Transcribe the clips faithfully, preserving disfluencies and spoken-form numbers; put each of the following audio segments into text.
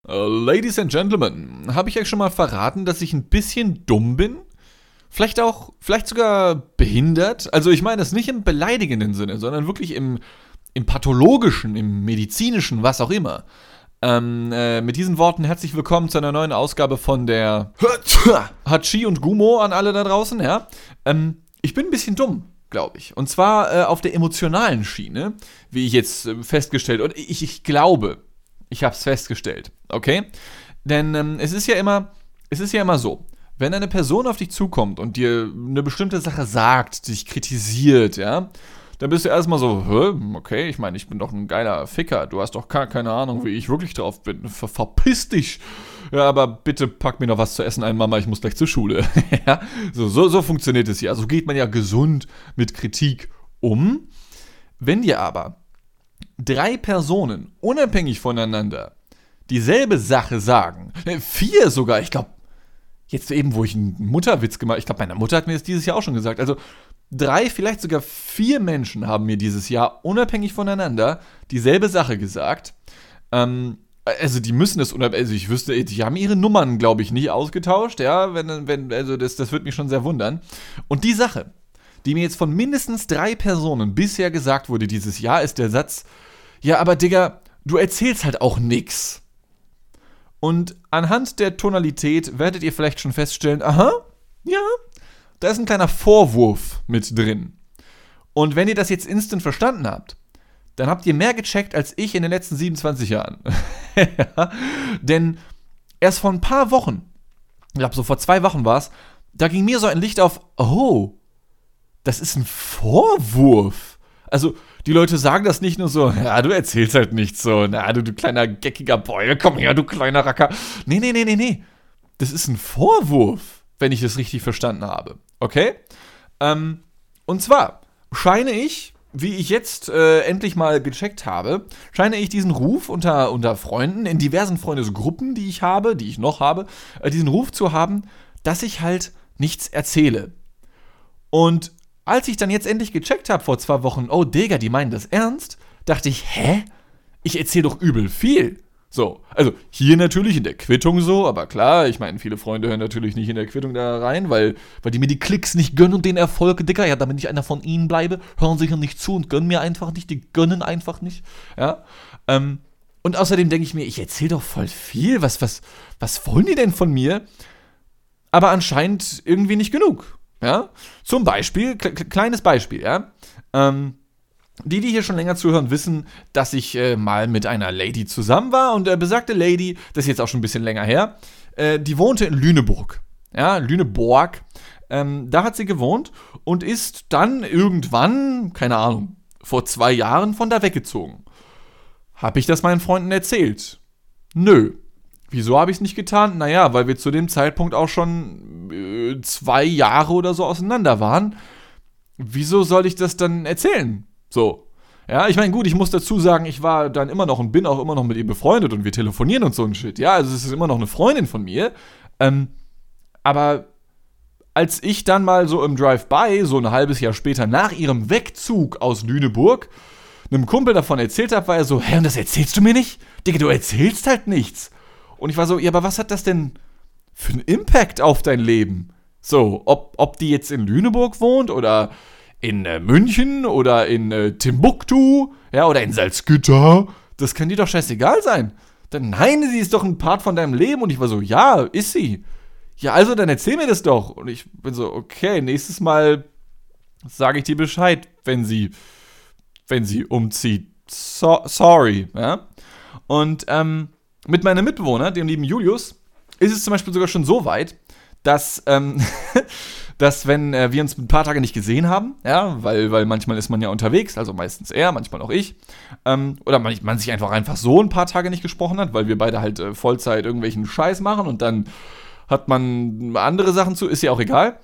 Uh, Ladies and Gentlemen, habe ich euch schon mal verraten, dass ich ein bisschen dumm bin? Vielleicht auch, vielleicht sogar behindert? Also ich meine das nicht im beleidigenden Sinne, sondern wirklich im, im pathologischen, im medizinischen, was auch immer. Ähm, äh, mit diesen Worten herzlich willkommen zu einer neuen Ausgabe von der Hachi und Gumo an alle da draußen, ja. Ähm, ich bin ein bisschen dumm, glaube ich. Und zwar äh, auf der emotionalen Schiene, wie ich jetzt äh, festgestellt, und ich, ich glaube, ich habe es festgestellt, okay? Denn ähm, es ist ja immer, es ist ja immer so, wenn eine Person auf dich zukommt und dir eine bestimmte Sache sagt, dich kritisiert, ja, dann bist du erstmal so, hä, okay, ich meine, ich bin doch ein geiler Ficker, du hast doch gar keine Ahnung, wie ich wirklich drauf bin, Ver- verpiss dich. Ja, aber bitte pack mir noch was zu essen ein, Mama, ich muss gleich zur Schule. Ja, so, so, so funktioniert es ja, so geht man ja gesund mit Kritik um. Wenn dir aber drei Personen unabhängig voneinander dieselbe Sache sagen, vier sogar, ich glaube, jetzt eben, wo ich einen Mutterwitz gemacht habe, ich glaube, meine Mutter hat mir das dieses Jahr auch schon gesagt, also drei, vielleicht sogar vier Menschen haben mir dieses Jahr unabhängig voneinander dieselbe Sache gesagt. Ähm, also die müssen das, also ich wüsste, die haben ihre Nummern, glaube ich, nicht ausgetauscht, ja, wenn, wenn, also das, das würde mich schon sehr wundern. Und die Sache, die mir jetzt von mindestens drei Personen bisher gesagt wurde dieses Jahr, ist der Satz, ja, aber Digga, du erzählst halt auch nix. Und anhand der Tonalität werdet ihr vielleicht schon feststellen, aha, ja, da ist ein kleiner Vorwurf mit drin. Und wenn ihr das jetzt instant verstanden habt, dann habt ihr mehr gecheckt als ich in den letzten siebenundzwanzig Jahren. Ja, denn erst vor ein paar Wochen, ich glaube so vor zwei Wochen war es, da ging mir so ein Licht auf, oh, das ist ein Vorwurf. Also die Leute sagen das nicht nur so, ja, du erzählst halt nichts so, na, du, du kleiner geckiger Boy, komm her, du kleiner Racker. Nee, nee, nee, nee, nee. Das ist ein Vorwurf, wenn ich es richtig verstanden habe. Okay? Ähm, und zwar scheine ich, wie ich jetzt äh, endlich mal gecheckt habe, scheine ich diesen Ruf unter, unter Freunden, in diversen Freundesgruppen, die ich habe, die ich noch habe, äh, diesen Ruf zu haben, dass ich halt nichts erzähle. Und als ich dann jetzt endlich gecheckt habe vor zwei Wochen, oh Digga, die meinen das ernst, dachte ich, hä? Ich erzähle doch übel viel. So, also hier natürlich in der Quittung so, aber klar, ich meine, viele Freunde hören natürlich nicht in der Quittung da rein, weil, weil die mir die Klicks nicht gönnen und den Erfolg, Digga, ja, damit ich einer von ihnen bleibe, hören sich ja nicht zu und gönnen mir einfach nicht, die gönnen einfach nicht, ja. Ähm, und außerdem denke ich mir, ich erzähle doch voll viel, was, was, was wollen die denn von mir? Aber anscheinend irgendwie nicht genug. Ja, zum Beispiel, k- kleines Beispiel, ja, ähm, die, die hier schon länger zuhören, wissen, dass ich äh, mal mit einer Lady zusammen war und äh, besagte Lady, das ist jetzt auch schon ein bisschen länger her, äh, die wohnte in Lüneburg, ja, Lüneburg, ähm, da hat sie gewohnt und ist dann irgendwann, keine Ahnung, vor zwei Jahren von da weggezogen. Hab ich das meinen Freunden erzählt? Nö. Wieso habe ich es nicht getan? Naja, weil wir zu dem Zeitpunkt auch schon äh, zwei Jahre oder so auseinander waren. Wieso soll ich das dann erzählen? So. Ja, ich meine, gut, ich muss dazu sagen, ich war dann immer noch und bin auch immer noch mit ihr befreundet und wir telefonieren und so ein Shit. Ja, also es ist immer noch eine Freundin von mir. Ähm, aber als ich dann mal so im Drive-By, so ein halbes Jahr später nach ihrem Wegzug aus Lüneburg, einem Kumpel davon erzählt habe, war er so, hä, und das erzählst du mir nicht? Digga, du erzählst halt nichts. Und ich war so, ja, aber was hat das denn für einen Impact auf dein Leben? So, ob, ob die jetzt in Lüneburg wohnt oder in äh, München oder in äh, Timbuktu, ja, oder in Salzgitter, das kann dir doch scheißegal sein. Dann, nein, sie ist doch ein Part von deinem Leben. Und ich war so, ja, ist sie. Ja, also, dann erzähl mir das doch. Und ich bin so, okay, nächstes Mal sage ich dir Bescheid, wenn sie, wenn sie umzieht. So, sorry, ja. Und, ähm, mit meinem Mitbewohner, dem lieben Julius, ist es zum Beispiel sogar schon so weit, dass, ähm, dass wenn äh, wir uns ein paar Tage nicht gesehen haben, ja, weil, weil manchmal ist man ja unterwegs, also meistens er, manchmal auch ich, ähm, oder man, man sich einfach einfach so ein paar Tage nicht gesprochen hat, weil wir beide halt äh, Vollzeit irgendwelchen Scheiß machen und dann hat man andere Sachen zu, ist ja auch egal.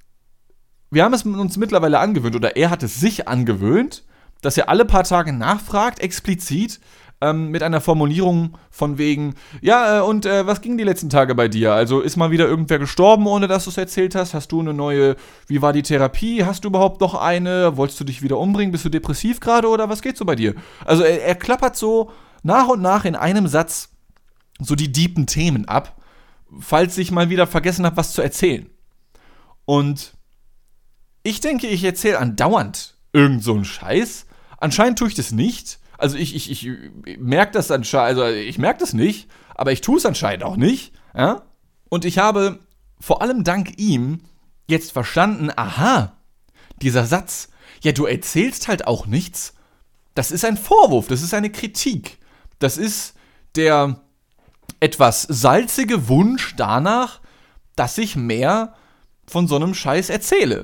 Wir haben es uns mittlerweile angewöhnt, oder er hat es sich angewöhnt, dass er alle paar Tage nachfragt, explizit, Ähm, mit einer Formulierung von wegen, ja, äh, und äh, was ging die letzten Tage bei dir? Also ist mal wieder irgendwer gestorben, ohne dass du es erzählt hast? Hast du eine neue, wie war die Therapie? Hast du überhaupt noch eine? Wolltest du dich wieder umbringen? Bist du depressiv gerade oder was geht so bei dir? Also er, er klappert so nach und nach in einem Satz so die deepen Themen ab, falls ich mal wieder vergessen habe, was zu erzählen. Und ich denke, ich erzähle andauernd irgend so einen Scheiß. Anscheinend tue ich das nicht. Also ich, ich, ich merke das anscheinend, also ich merke das nicht, aber ich tue es anscheinend auch nicht. Ja? Und ich habe vor allem dank ihm jetzt verstanden, aha, dieser Satz, ja, du erzählst halt auch nichts, das ist ein Vorwurf, das ist eine Kritik. Das ist der etwas salzige Wunsch danach, dass ich mehr von so einem Scheiß erzähle.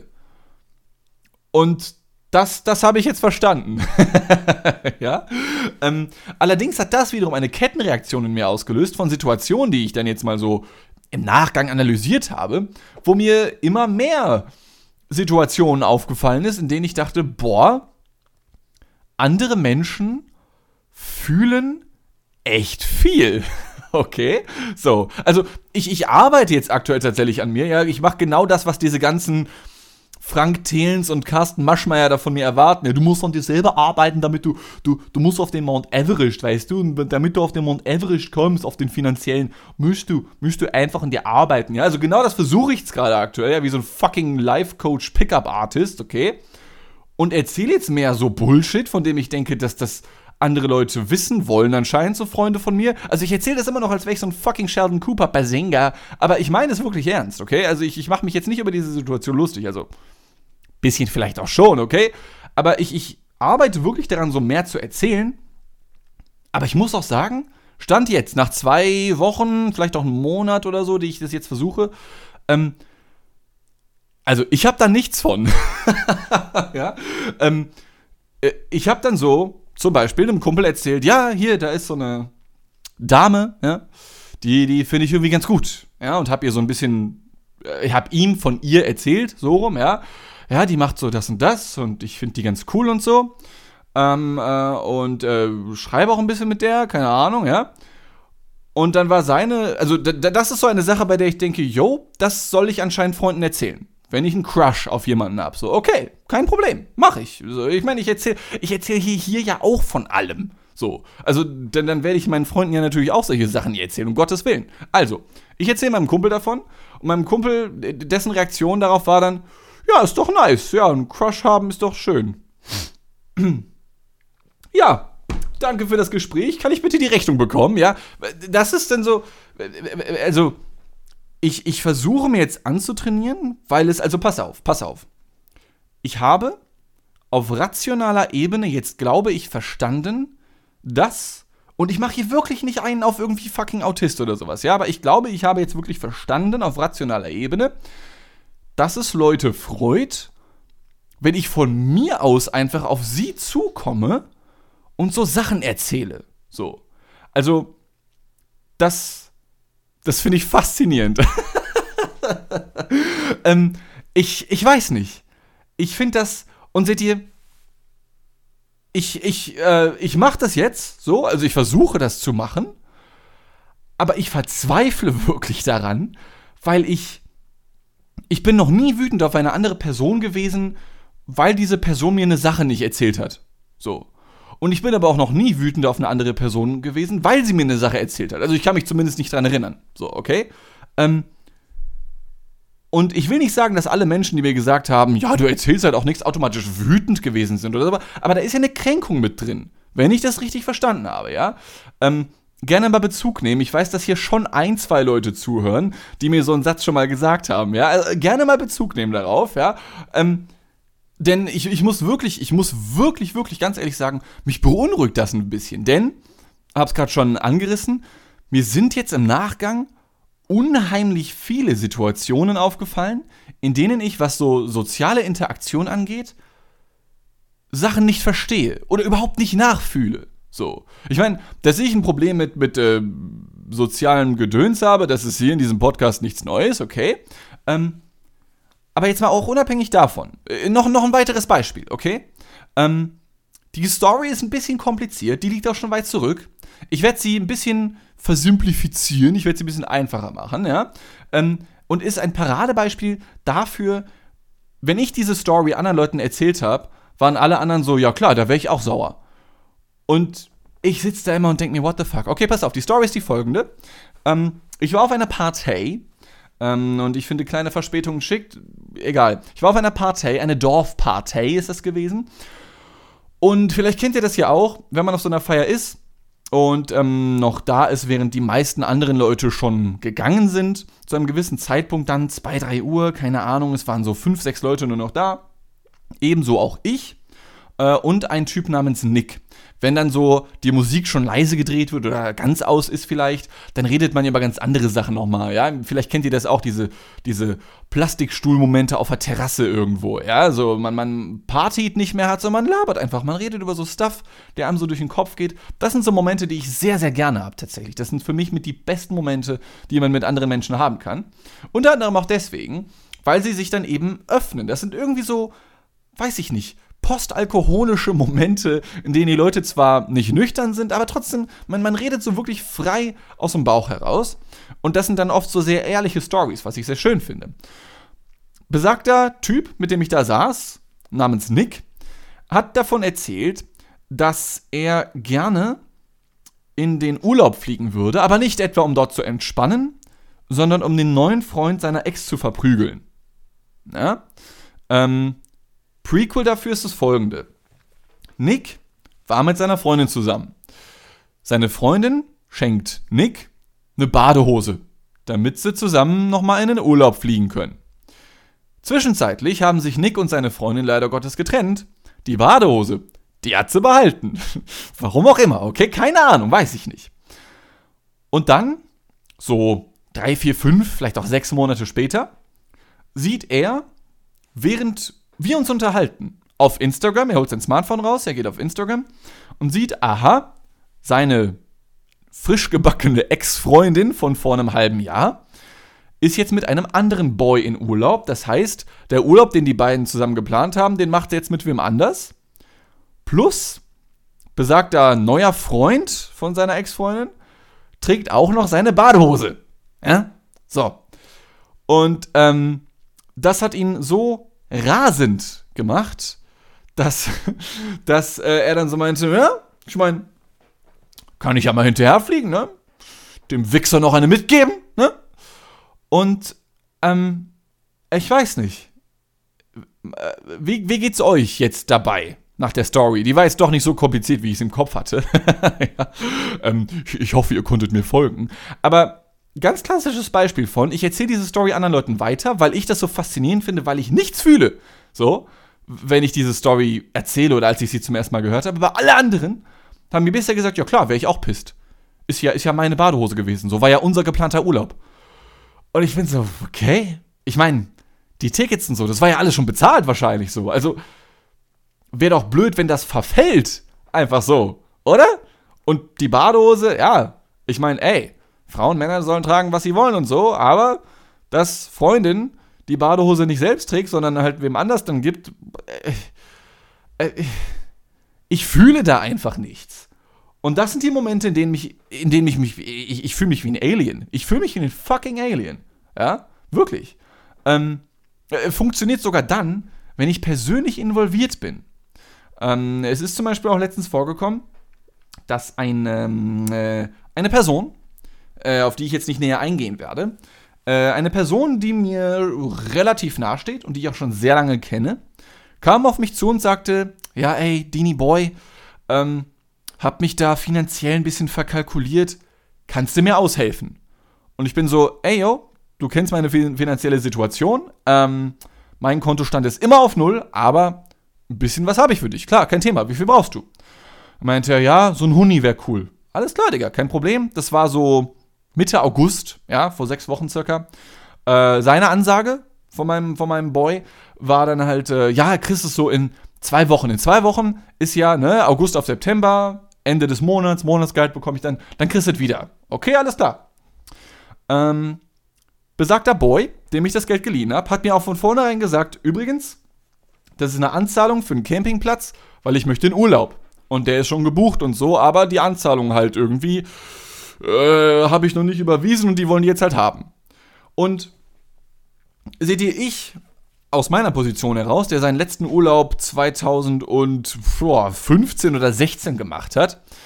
Und das, das habe ich jetzt verstanden. ja? Ähm, allerdings hat das wiederum eine Kettenreaktion in mir ausgelöst von Situationen, die ich dann jetzt mal so im Nachgang analysiert habe, wo mir immer mehr Situationen aufgefallen ist, in denen ich dachte, boah, andere Menschen fühlen echt viel. Okay, so, also ich, ich arbeite jetzt aktuell tatsächlich an mir, ja, ich mache genau das, was diese ganzen Frank Thelens und Carsten Maschmeyer da von mir erwarten. Ja, du musst an dir selber arbeiten, damit du, du, du musst auf den Mount Everest, weißt du, und damit du auf den Mount Everest kommst, auf den finanziellen, musst du, musst du einfach an dir arbeiten, ja, also genau das versuche ich jetzt gerade aktuell, ja, wie so ein fucking Life-Coach Pickup-Artist, okay, und erzähle jetzt mehr so Bullshit, von dem ich denke, dass das andere Leute wissen wollen, anscheinend so Freunde von mir. Also ich erzähle das immer noch, als wäre ich so ein fucking Sheldon Cooper Bazinga, aber ich meine es wirklich ernst, okay? Also ich, ich mache mich jetzt nicht über diese Situation lustig, also bisschen vielleicht auch schon, okay? Aber ich, ich arbeite wirklich daran, so mehr zu erzählen, aber ich muss auch sagen, Stand jetzt, nach zwei Wochen, vielleicht auch einen Monat oder so, die ich das jetzt versuche, ähm, also ich habe da nichts von. ja? Ähm, ich habe dann so zum Beispiel einem Kumpel erzählt, ja, hier, da ist so eine Dame, ja, die, die finde ich irgendwie ganz gut, ja, und habe ihr so ein bisschen, ich habe ihm von ihr erzählt, so rum, ja, ja, die macht so das und das und ich finde die ganz cool und so, ähm, äh, und äh, schreibe auch ein bisschen mit der, keine Ahnung, ja, und dann war seine, also d- d- das ist so eine Sache, bei der ich denke, yo, das soll ich anscheinend Freunden erzählen. Wenn ich einen Crush auf jemanden habe, so, okay, kein Problem, mach ich. So, ich meine, ich erzähle ich erzähl hier, hier ja auch von allem. So, also, denn dann werde ich meinen Freunden ja natürlich auch solche Sachen hier erzählen, um Gottes Willen. Also, ich erzähle meinem Kumpel davon und meinem Kumpel, dessen Reaktion darauf war dann, ja, ist doch nice, ja, einen Crush haben ist doch schön. ja, danke für das Gespräch, kann ich bitte die Rechnung bekommen, ja? Das ist dann so, also, Ich, ich versuche mir jetzt anzutrainieren, weil es, also pass auf, pass auf. Ich habe auf rationaler Ebene jetzt, glaube ich, verstanden, dass, und ich mache hier wirklich nicht einen auf irgendwie fucking Autist oder sowas, ja, aber ich glaube, ich habe jetzt wirklich verstanden auf rationaler Ebene, dass es Leute freut, wenn ich von mir aus einfach auf sie zukomme und so Sachen erzähle. So. Also, das Das finde ich faszinierend. ähm, ich, ich weiß nicht. Ich finde das, und seht ihr, ich, ich, äh, ich mache das jetzt so, also ich versuche das zu machen, aber ich verzweifle wirklich daran, weil ich, ich bin noch nie wütend auf eine andere Person gewesen, weil diese Person mir eine Sache nicht erzählt hat. So. Und ich bin aber auch noch nie wütend auf eine andere Person gewesen, weil sie mir eine Sache erzählt hat. Also ich kann mich zumindest nicht dran erinnern. So, okay? Ähm, und ich will nicht sagen, dass alle Menschen, die mir gesagt haben, ja, du erzählst halt auch nichts, automatisch wütend gewesen sind oder so. Aber da ist ja eine Kränkung mit drin, wenn ich das richtig verstanden habe, ja? Ähm, gerne mal Bezug nehmen. Ich weiß, dass hier schon ein, zwei Leute zuhören, die mir so einen Satz schon mal gesagt haben, ja? Also gerne mal Bezug nehmen darauf, ja? Ähm, Denn ich, ich muss wirklich, ich muss wirklich, wirklich ganz ehrlich sagen, mich beunruhigt das ein bisschen. Denn, hab's gerade schon angerissen, mir sind jetzt im Nachgang unheimlich viele Situationen aufgefallen, in denen ich, was so soziale Interaktion angeht, Sachen nicht verstehe oder überhaupt nicht nachfühle. So. Ich meine, dass ich ein Problem mit, mit äh, sozialem Gedöns habe, das ist hier in diesem Podcast nichts Neues, okay? Ähm, Aber jetzt mal auch unabhängig davon, äh, noch, noch ein weiteres Beispiel, okay? Ähm, die Story ist ein bisschen kompliziert, die liegt auch schon weit zurück. Ich werde sie ein bisschen versimplifizieren, ich werde sie ein bisschen einfacher machen, ja? Ähm, und ist ein Paradebeispiel dafür, wenn ich diese Story anderen Leuten erzählt habe, waren alle anderen so, ja klar, da wäre ich auch sauer. Und ich sitze da immer und denke mir, what the fuck? Okay, pass auf, die Story ist die folgende. Ähm, ich war auf einer Partei, ähm, und ich finde kleine Verspätungen schick, egal. Ich war auf einer Partei, eine Dorfpartei ist das gewesen. Und vielleicht kennt ihr das ja auch, wenn man auf so einer Feier ist und ähm, noch da ist, während die meisten anderen Leute schon gegangen sind, zu einem gewissen Zeitpunkt dann zwei, drei Uhr, keine Ahnung, es waren so fünf, sechs Leute nur noch da. Ebenso auch ich äh, und ein Typ namens Nick. Wenn dann so die Musik schon leise gedreht wird oder ganz aus ist vielleicht, dann redet man ja über ganz andere Sachen nochmal, ja. Vielleicht kennt ihr das auch, diese, diese Plastikstuhlmomente auf der Terrasse irgendwo, ja. So, man, man partyt nicht mehr, hat, sondern man labert einfach. Man redet über so Stuff, der einem so durch den Kopf geht. Das sind so Momente, die ich sehr, sehr gerne habe tatsächlich. Das sind für mich mit die besten Momente, die man mit anderen Menschen haben kann. Unter anderem auch deswegen, weil sie sich dann eben öffnen. Das sind irgendwie so, weiß ich nicht, postalkoholische Momente, in denen die Leute zwar nicht nüchtern sind, aber trotzdem, man, man redet so wirklich frei aus dem Bauch heraus. Und das sind dann oft so sehr ehrliche Stories, was ich sehr schön finde. Besagter Typ, mit dem ich da saß, namens Nick, hat davon erzählt, dass er gerne in den Urlaub fliegen würde, aber nicht etwa, um dort zu entspannen, sondern um den neuen Freund seiner Ex zu verprügeln. Ja? Ähm, Prequel dafür ist das folgende. Nick war mit seiner Freundin zusammen. Seine Freundin schenkt Nick eine Badehose, damit sie zusammen nochmal in den Urlaub fliegen können. Zwischenzeitlich haben sich Nick und seine Freundin leider Gottes getrennt. Die Badehose, die hat sie behalten. Warum auch immer, okay? Keine Ahnung, weiß ich nicht. Und dann, so drei, vier, fünf, vielleicht auch sechs Monate später, sieht er, während wir uns unterhalten, auf Instagram, er holt sein Smartphone raus, er geht auf Instagram und sieht, aha, seine frisch gebackene Ex-Freundin von vor einem halben Jahr ist jetzt mit einem anderen Boy in Urlaub. Das heißt, der Urlaub, den die beiden zusammen geplant haben, den macht er jetzt mit wem anders. Plus, besagter neuer Freund von seiner Ex-Freundin trägt auch noch seine Badehose. Ja? So. Und ähm, das hat ihn so rasend gemacht, dass, dass äh, er dann so meinte, ja, ich meine, kann ich ja mal hinterherfliegen, ne? Dem Wichser noch eine mitgeben, ne? Und, ähm, ich weiß nicht. Wie, wie geht's euch jetzt dabei, nach der Story? Die war jetzt doch nicht so kompliziert, wie ich es im Kopf hatte. ja. ähm, ich hoffe, ihr konntet mir folgen. Aber ganz klassisches Beispiel von, ich erzähle diese Story anderen Leuten weiter, weil ich das so faszinierend finde, weil ich nichts fühle. So, wenn ich diese Story erzähle oder als ich sie zum ersten Mal gehört habe. Aber alle anderen haben mir bisher gesagt, ja klar, wäre ich auch pisst. Ist ja, ist ja meine Badehose gewesen. So war ja unser geplanter Urlaub. Und ich bin so, okay. Ich meine, die Tickets und so, das war ja alles schon bezahlt wahrscheinlich so. Also, wäre doch blöd, wenn das verfällt. Einfach so, oder? Und die Badehose, ja, ich meine, ey, Frauen, Männer sollen tragen, was sie wollen und so, aber dass Freundin die Badehose nicht selbst trägt, sondern halt wem anders dann gibt, äh, äh, ich fühle da einfach nichts. Und das sind die Momente, in denen mich, in denen ich mich, ich, ich fühle mich wie ein Alien. Ich fühle mich wie ein fucking Alien. Ja, wirklich. Ähm, äh, funktioniert sogar dann, wenn ich persönlich involviert bin. Ähm, es ist zum Beispiel auch letztens vorgekommen, dass ein, ähm, äh, eine Person, äh, auf die ich jetzt nicht näher eingehen werde, äh, eine Person, die mir relativ nahe steht und die ich auch schon sehr lange kenne, kam auf mich zu und sagte, ja ey, Dini Boy, ähm, hab mich da finanziell ein bisschen verkalkuliert, kannst du mir aushelfen? Und ich bin so, ey yo, du kennst meine finanzielle Situation, ähm, mein Kontostand ist immer auf Null, aber ein bisschen was habe ich für dich. Klar, kein Thema, wie viel brauchst du? Er meinte, ja, so ein Huni wäre cool. Alles klar, Digga, kein Problem. Das war so Mitte August, ja, vor sechs Wochen circa. Äh, seine Ansage von meinem, von meinem Boy war dann halt, äh, ja, kriegst es so in zwei Wochen. In zwei Wochen ist ja, ne, August auf September, Ende des Monats, Monatsgehalt bekomme ich dann, dann kriegst du es wieder. Okay, alles klar. Ähm, besagter Boy, dem ich das Geld geliehen habe, hat mir auch von vornherein gesagt, übrigens, das ist eine Anzahlung für einen Campingplatz, weil ich möchte in Urlaub. Und der ist schon gebucht und so, aber die Anzahlung halt irgendwie äh, habe ich noch nicht überwiesen und die wollen die jetzt halt haben. Und seht ihr, ich aus meiner Position heraus, der seinen letzten Urlaub zweitausendfünfzehn oder sechzehn gemacht hat,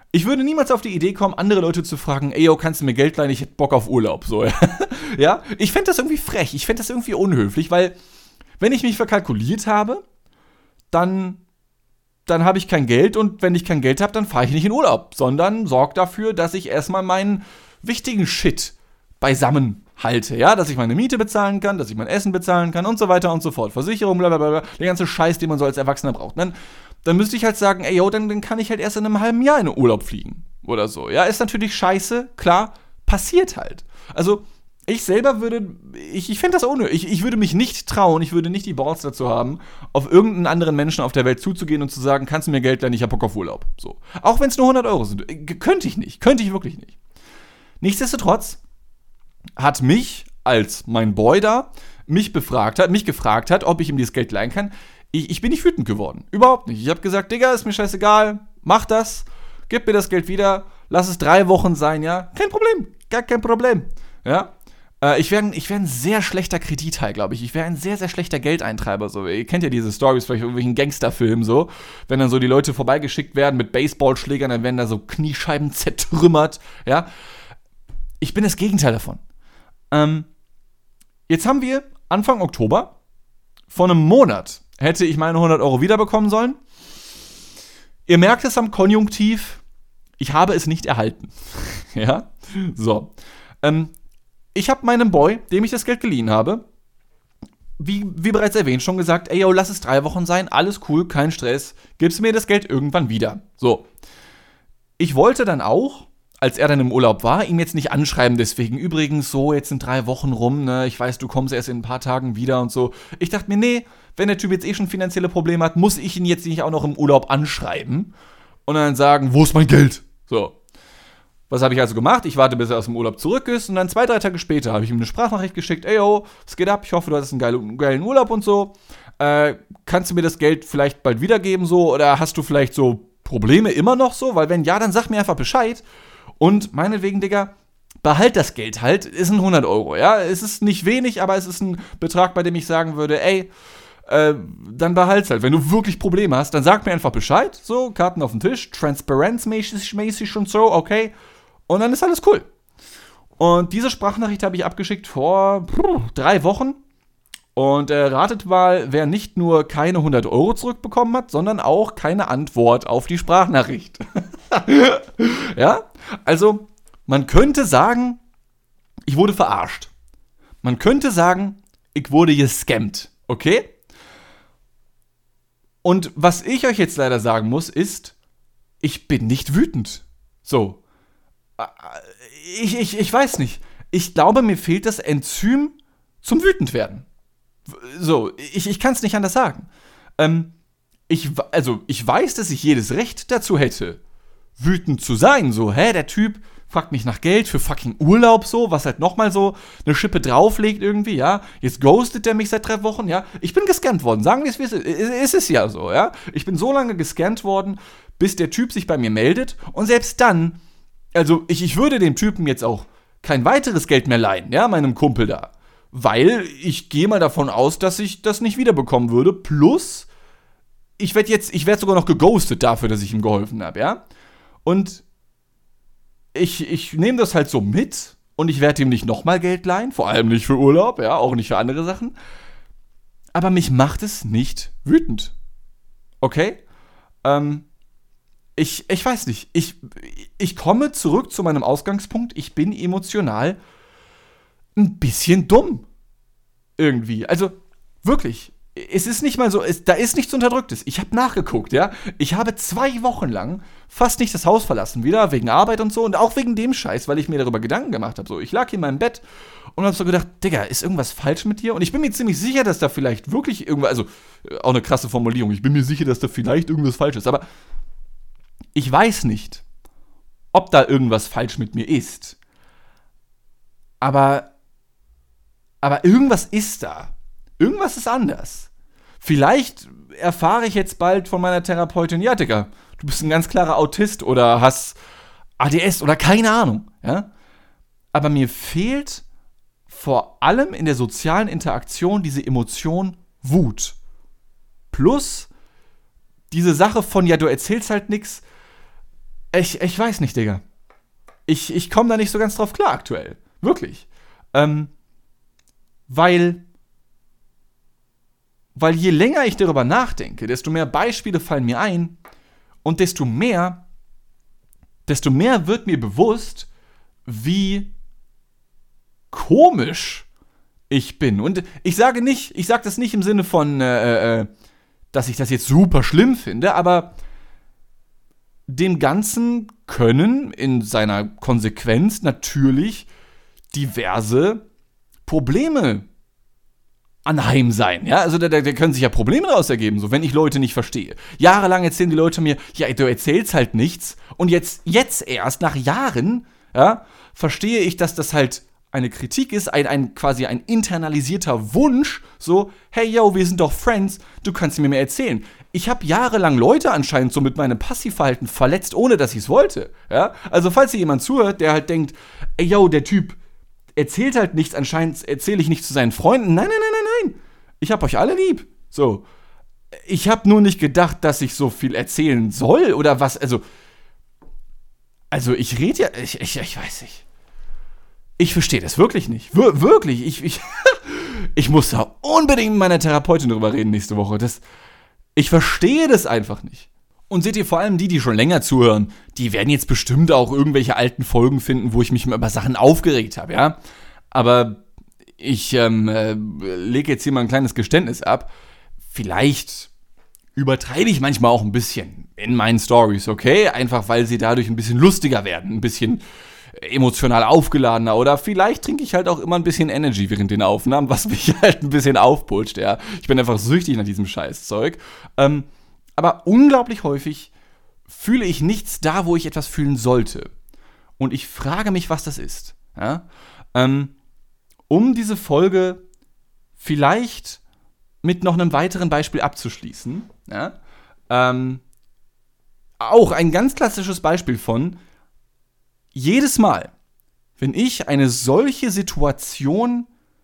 Ich würde niemals auf die Idee kommen, andere Leute zu fragen, ey, yo, kannst du mir Geld leihen, ich hätte Bock auf Urlaub, so, ja. Ich fände das irgendwie frech, ich fände das irgendwie unhöflich, weil, wenn ich mich verkalkuliert habe, dann, dann habe ich kein Geld und wenn ich kein Geld habe, dann fahre ich nicht in Urlaub, sondern sorge dafür, dass ich erstmal meinen wichtigen Shit beisammen halte, ja, dass ich meine Miete bezahlen kann, dass ich mein Essen bezahlen kann und so weiter und so fort, Versicherung, blablabla, der ganze Scheiß, den man so als Erwachsener braucht. Dann, dann müsste ich halt sagen, ey, yo, dann, dann kann ich halt erst in einem halben Jahr in den Urlaub fliegen oder so, ja, ist natürlich scheiße, klar, passiert halt. Also, ich selber würde, ich, ich fände das unnötig, ich, ich würde mich nicht trauen, ich würde nicht die Balls dazu haben, auf irgendeinen anderen Menschen auf der Welt zuzugehen und zu sagen, kannst du mir Geld leihen, ich hab Bock auf Urlaub, so. Auch wenn es nur hundert Euro sind, könnte ich nicht, könnte ich wirklich nicht. Nichtsdestotrotz hat mich, als mein Boy da, mich befragt hat, mich gefragt hat, ob ich ihm dieses Geld leihen kann, ich, ich bin nicht wütend geworden. Überhaupt nicht. Ich habe gesagt, Digga, ist mir scheißegal, mach das, gib mir das Geld wieder, lass es drei Wochen sein, ja, kein Problem, gar kein Problem, ja. Äh, ich wäre ich wär ein sehr schlechter Kredithai, glaube ich. Ich wäre ein sehr, sehr schlechter Geldeintreiber, so. Ihr kennt ja diese Stories vielleicht irgendwelchen Gangsterfilmen, so, wenn dann so die Leute vorbeigeschickt werden mit Baseballschlägern, dann werden da so Kniescheiben zertrümmert, ja. Ich bin das Gegenteil davon. Ähm, jetzt haben wir Anfang Oktober. Vor einem Monat hätte ich meine hundert Euro wiederbekommen sollen. Ihr merkt es am Konjunktiv. Ich habe es nicht erhalten. Ja, so. Ähm, ich habe meinem Boy, dem ich das Geld geliehen habe, wie, wie bereits erwähnt, schon gesagt, ey, yo, lass es drei Wochen sein, alles cool, kein Stress, gibst mir das Geld irgendwann wieder. So. Ich wollte dann auch, als er dann im Urlaub war, ihm jetzt nicht anschreiben, deswegen übrigens so, jetzt sind drei Wochen rum, ne, ich weiß, du kommst erst in ein paar Tagen wieder und so. Ich dachte mir, nee, wenn der Typ jetzt eh schon finanzielle Probleme hat, muss ich ihn jetzt nicht auch noch im Urlaub anschreiben und dann sagen, wo ist mein Geld? So. Was habe ich also gemacht? Ich warte, bis er aus dem Urlaub zurück ist und dann zwei, drei Tage später habe ich ihm eine Sprachnachricht geschickt, ey yo, was geht ab? Ich hoffe, du hattest einen geilen, geilen Urlaub und so. Äh, kannst du mir das Geld vielleicht bald wiedergeben so oder hast du vielleicht so Probleme immer noch so? Weil wenn ja, dann sag mir einfach Bescheid. Und meinetwegen, Digga, behalt das Geld halt, ist ein hundert Euro, ja. Es ist nicht wenig, aber es ist ein Betrag, bei dem ich sagen würde, ey, äh, dann behalt's halt. Wenn du wirklich Probleme hast, dann sag mir einfach Bescheid, so, Karten auf den Tisch, transparenzmäßig mäßig und so, okay. Und dann ist alles cool. Und diese Sprachnachricht habe ich abgeschickt vor puh, drei Wochen. Und äh, ratet mal, wer nicht nur keine hundert Euro zurückbekommen hat, sondern auch keine Antwort auf die Sprachnachricht. Ja? Also, man könnte sagen, ich wurde verarscht. Man könnte sagen, ich wurde gescammt. Okay? Und was ich euch jetzt leider sagen muss, ist, ich bin nicht wütend. So. Ich, ich, ich weiß nicht. Ich glaube, mir fehlt das Enzym zum Wütendwerden. So, ich, ich kann es nicht anders sagen. Ähm, ich, also, ich weiß, dass ich jedes Recht dazu hätte, wütend zu sein. So, hä, der Typ fragt mich nach Geld für fucking Urlaub, so, was halt nochmal so eine Schippe drauflegt irgendwie, ja. Jetzt ghostet der mich seit drei Wochen, ja. Ich bin gescannt worden, sagen wir es, wie es ist. Ist es ja so, ja. Ich bin so lange gescannt worden, bis der Typ sich bei mir meldet. Und selbst dann, also, ich, ich würde dem Typen jetzt auch kein weiteres Geld mehr leihen, ja, meinem Kumpel da. Weil ich gehe mal davon aus, dass ich das nicht wiederbekommen würde. Plus, ich werde jetzt, ich werde sogar noch geghostet dafür, dass ich ihm geholfen habe, ja. Und ich, ich nehme das halt so mit und ich werde ihm nicht nochmal Geld leihen, vor allem nicht für Urlaub, ja, auch nicht für andere Sachen. Aber mich macht es nicht wütend. Okay? Ähm, ich, ich weiß nicht. Ich, ich komme zurück zu meinem Ausgangspunkt. Ich bin emotional ein bisschen dumm. Irgendwie. Also, wirklich. Es ist nicht mal so, es, da ist nichts Unterdrücktes. Ich habe nachgeguckt, ja. Ich habe zwei Wochen lang fast nicht das Haus verlassen, wieder wegen Arbeit und so und auch wegen dem Scheiß, weil ich mir darüber Gedanken gemacht habe. So, ich lag in meinem Bett und habe so gedacht, Digga, ist irgendwas falsch mit dir? Und ich bin mir ziemlich sicher, dass da vielleicht wirklich irgendwas, also auch eine krasse Formulierung, ich bin mir sicher, dass da vielleicht irgendwas falsch ist, aber ich weiß nicht, ob da irgendwas falsch mit mir ist. Aber, aber irgendwas ist da. Irgendwas ist anders. Vielleicht erfahre ich jetzt bald von meiner Therapeutin, ja, Digga, du bist ein ganz klarer Autist oder hast A D S oder keine Ahnung, ja. Aber mir fehlt vor allem in der sozialen Interaktion diese Emotion Wut. Plus diese Sache von, ja, du erzählst halt nix. Ich, ich weiß nicht, Digga. Ich, ich komme da nicht so ganz drauf klar aktuell. Wirklich. Ähm, weil, weil je länger ich darüber nachdenke, desto mehr Beispiele fallen mir ein und desto mehr, desto mehr wird mir bewusst, wie komisch ich bin. Und ich sage nicht, ich sage das nicht im Sinne von, äh, äh, dass ich das jetzt super schlimm finde, aber dem Ganzen können in seiner Konsequenz natürlich diverse Probleme anheim sein. Ja? Also da, da können sich ja Probleme daraus ergeben, so wenn ich Leute nicht verstehe. Jahrelang erzählen die Leute mir, ja, du erzählst halt nichts und jetzt, jetzt erst, nach Jahren, ja, verstehe ich, dass das halt eine Kritik ist, ein, ein quasi ein internalisierter Wunsch, so, hey, yo, wir sind doch Friends, du kannst mir mehr erzählen. Ich habe jahrelang Leute anscheinend so mit meinem Passivverhalten verletzt, ohne dass ich es wollte. Ja? Also falls hier jemand zuhört, der halt denkt, ey, yo, der Typ erzählt halt nichts, anscheinend erzähle ich nicht zu seinen Freunden. Nein, nein, nein, nein, nein. Ich hab euch alle lieb. So. Ich habe nur nicht gedacht, dass ich so viel erzählen soll oder was. Also, also ich rede ja, ich, ich, ich weiß nicht. Ich verstehe das wirklich nicht. Wir, wirklich. Ich, ich, ich muss da unbedingt mit meiner Therapeutin drüber reden nächste Woche. Das, ich verstehe das einfach nicht. Und seht ihr, vor allem die, die schon länger zuhören, die werden jetzt bestimmt auch irgendwelche alten Folgen finden, wo ich mich mal über Sachen aufgeregt habe, ja? Aber ich ähm, äh, lege jetzt hier mal ein kleines Geständnis ab. Vielleicht übertreibe ich manchmal auch ein bisschen in meinen Stories, okay? Einfach, weil sie dadurch ein bisschen lustiger werden, ein bisschen emotional aufgeladener. Oder vielleicht trinke ich halt auch immer ein bisschen Energy während den Aufnahmen, was mich halt ein bisschen aufputscht, ja? Ich bin einfach süchtig nach diesem Scheißzeug. Ähm, Aber unglaublich häufig fühle ich nichts da, wo ich etwas fühlen sollte. Und ich frage mich, was das ist. Ja? Ähm, um diese Folge vielleicht mit noch einem weiteren Beispiel abzuschließen. Ja? Ähm, auch ein ganz klassisches Beispiel von jedes Mal, wenn ich eine solche Situation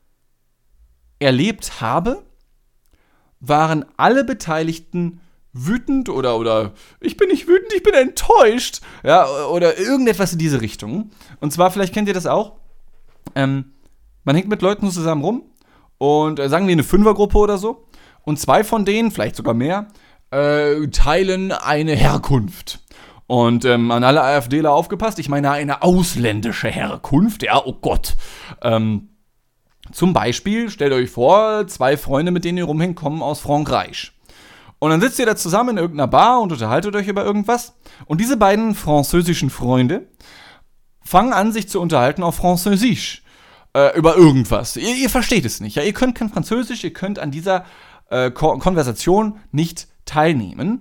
erlebt habe, waren alle Beteiligten wütend oder, oder ich bin nicht wütend, ich bin enttäuscht. Ja, oder irgendetwas in diese Richtung. Und zwar, vielleicht kennt ihr das auch, ähm, man hängt mit Leuten zusammen rum und äh, sagen wir eine Fünfergruppe oder so und zwei von denen, vielleicht sogar mehr, äh, teilen eine Herkunft. Und ähm, an alle AfDler aufgepasst, ich meine eine ausländische Herkunft, ja, oh Gott. Ähm, zum Beispiel, stellt euch vor, zwei Freunde, mit denen ihr rumhängt, kommen aus Frankreich. Und dann sitzt ihr da zusammen in irgendeiner Bar und unterhaltet euch über irgendwas. Und diese beiden französischen Freunde fangen an, sich zu unterhalten auf Französisch. Äh, über irgendwas. Ihr, ihr versteht es nicht. Ja? Ihr könnt kein Französisch, ihr könnt an dieser äh, Ko- Konversation nicht teilnehmen.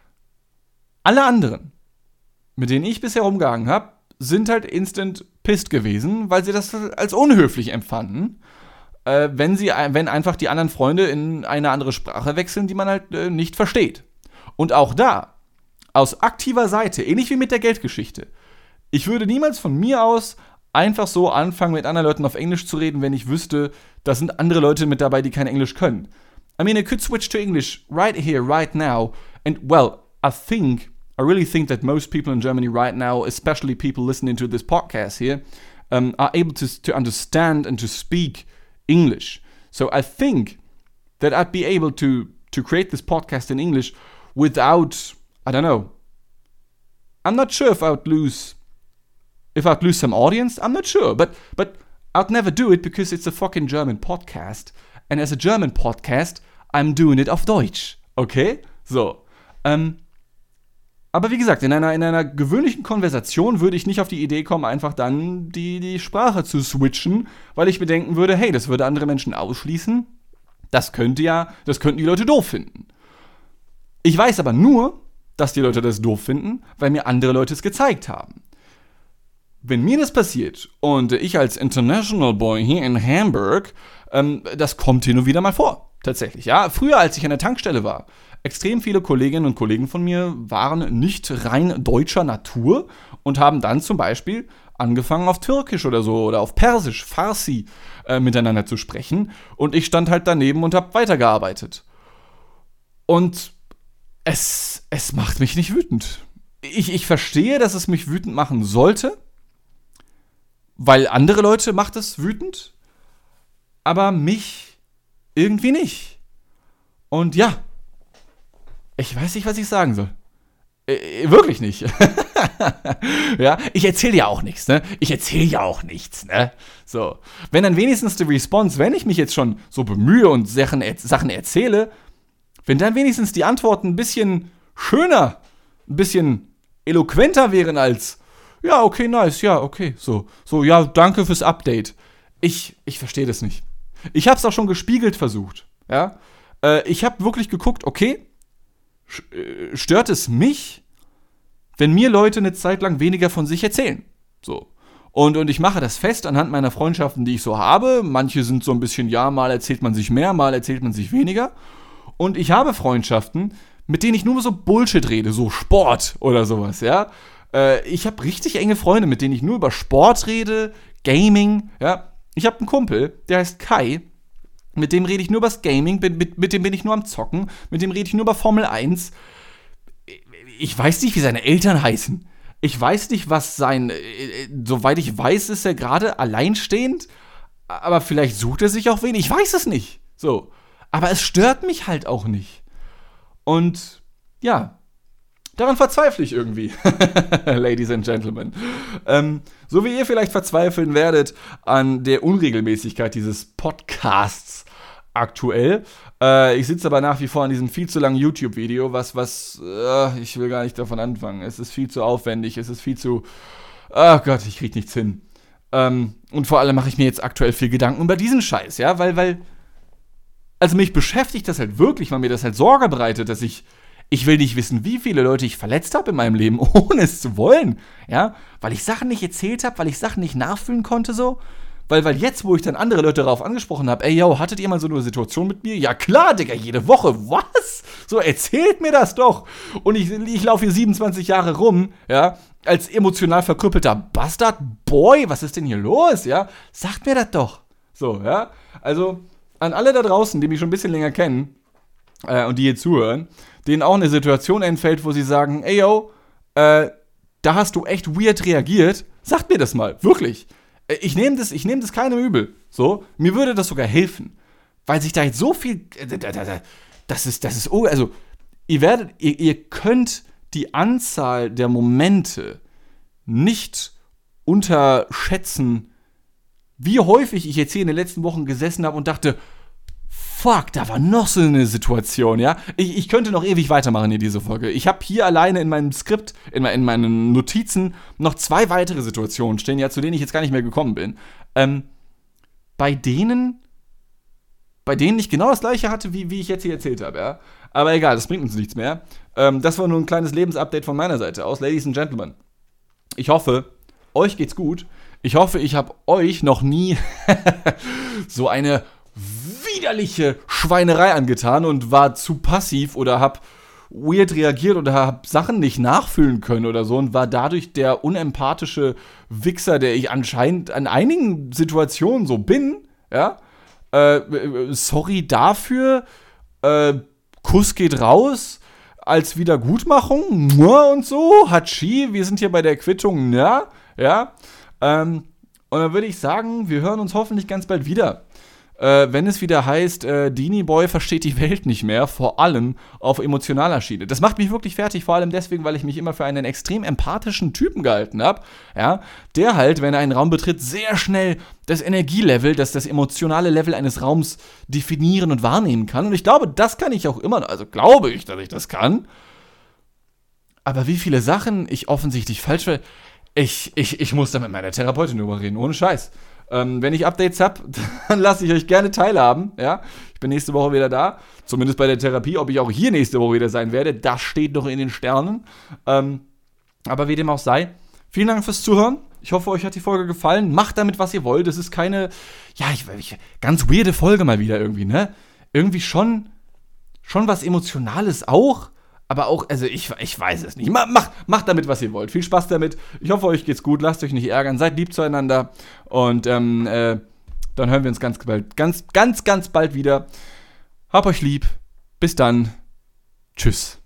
Alle anderen, mit denen ich bisher rumgehangen habe, sind halt instant pissed gewesen, weil sie das als unhöflich empfanden. Wenn sie, wenn einfach die anderen Freunde in eine andere Sprache wechseln, die man halt äh, nicht versteht. Und auch da, aus aktiver Seite, ähnlich wie mit der Geldgeschichte, ich würde niemals von mir aus einfach so anfangen, mit anderen Leuten auf Englisch zu reden, wenn ich wüsste, da sind andere Leute mit dabei, die kein Englisch können. I mean, I could switch to English right here, right now, and well, I think, I really think that most people in Germany right now, especially people listening to this podcast here, um, are able to, to understand and to speak English. So I think that I'd be able to to create this podcast in English without, I don't know. I'm not sure if I'd lose if I'd lose some audience. I'm not sure, but but I'd never do it because it's a fucking German podcast. And as a German podcast, I'm doing it auf Deutsch. Okay? So. Ähm, aber wie gesagt, in einer, in einer gewöhnlichen Konversation würde ich nicht auf die Idee kommen, einfach dann die, die Sprache zu switchen, weil ich bedenken würde, hey, das würde andere Menschen ausschließen. Das könnte ja, das könnten die Leute doof finden. Ich weiß aber nur, dass die Leute das doof finden, weil mir andere Leute es gezeigt haben. Wenn mir das passiert und ich als International Boy hier in Hamburg, ähm, das kommt hin und wieder mal vor, tatsächlich. Ja, früher, als ich an der Tankstelle war, extrem viele Kolleginnen und Kollegen von mir waren nicht rein deutscher Natur und haben dann zum Beispiel angefangen auf Türkisch oder so oder auf Persisch, Farsi äh, miteinander zu sprechen und ich stand halt daneben und habe weitergearbeitet. Und es, es macht mich nicht wütend. ich, ich verstehe, dass es mich wütend machen sollte, weil andere Leute macht es wütend, aber mich irgendwie nicht. Und ja, ich weiß nicht, was ich sagen soll. Äh, wirklich nicht. Ja, ich erzähle ja auch nichts, ne? Ich erzähle ja auch nichts, ne? So. Wenn dann wenigstens die Response, wenn ich mich jetzt schon so bemühe und Sachen, Sachen erzähle, wenn dann wenigstens die Antworten ein bisschen schöner, ein bisschen eloquenter wären als, ja, okay, nice, ja, okay, so. So, ja, danke fürs Update. Ich, ich verstehe das nicht. Ich hab's auch schon gespiegelt versucht, ja? Äh, ich hab wirklich geguckt, okay, stört es mich, wenn mir Leute eine Zeit lang weniger von sich erzählen. So. Und, und ich mache das fest anhand meiner Freundschaften, die ich so habe. Manche sind so ein bisschen, ja, mal erzählt man sich mehr, mal erzählt man sich weniger. Und ich habe Freundschaften, mit denen ich nur so Bullshit rede, so Sport oder sowas, ja. Äh, ich habe richtig enge Freunde, mit denen ich nur über Sport rede, Gaming, ja. Ich habe einen Kumpel, der heißt Kai. Mit dem rede ich nur über das Gaming, mit, mit dem bin ich nur am Zocken, mit dem rede ich nur über Formel eins. Ich weiß nicht, wie seine Eltern heißen. Ich weiß nicht, was sein... Soweit ich weiß, ist er gerade alleinstehend, aber vielleicht sucht er sich auch wen. Ich weiß es nicht. So. Aber es stört mich halt auch nicht. Und ja, daran verzweifle ich irgendwie, Ladies and Gentlemen. Ähm, so wie ihr vielleicht verzweifeln werdet an der Unregelmäßigkeit dieses Podcasts aktuell. Äh, ich sitze aber nach wie vor an diesem viel zu langen YouTube-Video, was, was, äh, ich will gar nicht davon anfangen. Es ist viel zu aufwendig, es ist viel zu, oh Gott, ich krieg nichts hin. Ähm, und vor allem mache ich mir jetzt aktuell viel Gedanken über diesen Scheiß, ja, weil, weil, also mich beschäftigt das halt wirklich, weil mir das halt Sorge bereitet, dass ich, ich will nicht wissen, wie viele Leute ich verletzt habe in meinem Leben, ohne es zu wollen, ja, weil ich Sachen nicht erzählt habe, weil ich Sachen nicht nachfühlen konnte, so. Weil, weil jetzt, wo ich dann andere Leute darauf angesprochen habe, ey, yo, hattet ihr mal so eine Situation mit mir? Ja klar, Digga, jede Woche, was? So, erzählt mir das doch. Und ich, ich laufe hier siebenundzwanzig Jahre rum, ja, als emotional verkrüppelter Bastard. Boy, was ist denn hier los, ja? Sagt mir das doch. So, ja. Also, an alle da draußen, die mich schon ein bisschen länger kennen, äh, und die hier zuhören, denen auch eine Situation entfällt, wo sie sagen, ey, yo, äh, da hast du echt weird reagiert. Sagt mir das mal, wirklich. Ich nehme das, ich nehm das keinem übel. So, mir würde das sogar helfen. Weil sich da jetzt so viel. Das ist, das ist. Also, ihr werdet, ihr, ihr könnt die Anzahl der Momente nicht unterschätzen, wie häufig ich jetzt hier in den letzten Wochen gesessen habe und dachte, fuck, da war noch so eine Situation, ja. Ich, ich könnte noch ewig weitermachen in diese Folge. Ich habe hier alleine in meinem Skript, in, in meinen Notizen, noch zwei weitere Situationen stehen, ja, zu denen ich jetzt gar nicht mehr gekommen bin. Ähm, bei denen, bei denen ich genau das Gleiche hatte, wie, wie ich jetzt hier erzählt habe, ja. Aber egal, das bringt uns nichts mehr. Ähm, das war nur ein kleines Lebensupdate von meiner Seite aus, Ladies and Gentlemen. Ich hoffe, euch geht's gut. Ich hoffe, ich habe euch noch nie so eine widerliche Schweinerei angetan und war zu passiv oder hab weird reagiert oder hab Sachen nicht nachfühlen können oder so und war dadurch der unempathische Wichser, der ich anscheinend an einigen Situationen so bin, ja. Äh, sorry dafür. Äh, Kuss geht raus als Wiedergutmachung. Mua und so. Hatschi, wir sind hier bei der Quittung, ja. Ja. Ähm, und dann würde ich sagen, wir hören uns hoffentlich ganz bald wieder. Äh, wenn es wieder heißt, äh, Dini Boy versteht die Welt nicht mehr, vor allem auf emotionaler Schiene. Das macht mich wirklich fertig, vor allem deswegen, weil ich mich immer für einen extrem empathischen Typen gehalten habe, ja, der halt, wenn er einen Raum betritt, sehr schnell das Energielevel, das, das emotionale Level eines Raums definieren und wahrnehmen kann. Und ich glaube, das kann ich auch immer, also glaube ich, dass ich das kann. Aber wie viele Sachen ich offensichtlich falsch ver... Ich, ich, ich muss da mit meiner Therapeutin drüber reden, ohne Scheiß. Ähm, wenn ich Updates habe, dann lasse ich euch gerne teilhaben. Ja? Ich bin nächste Woche wieder da. Zumindest bei der Therapie. Ob ich auch hier nächste Woche wieder sein werde, das steht noch in den Sternen. Ähm, aber wie dem auch sei, vielen Dank fürs Zuhören. Ich hoffe, euch hat die Folge gefallen. Macht damit, was ihr wollt. Es ist keine, ja, ich, ich, ganz weirde Folge mal wieder irgendwie, ne? Irgendwie schon, schon was Emotionales auch. Aber auch, also ich, ich weiß es nicht. Macht mach damit, was ihr wollt. Viel Spaß damit. Ich hoffe, euch geht's gut. Lasst euch nicht ärgern. Seid lieb zueinander. Und ähm, äh, dann hören wir uns ganz bald, ganz, ganz, ganz bald wieder. Hab euch lieb. Bis dann. Tschüss.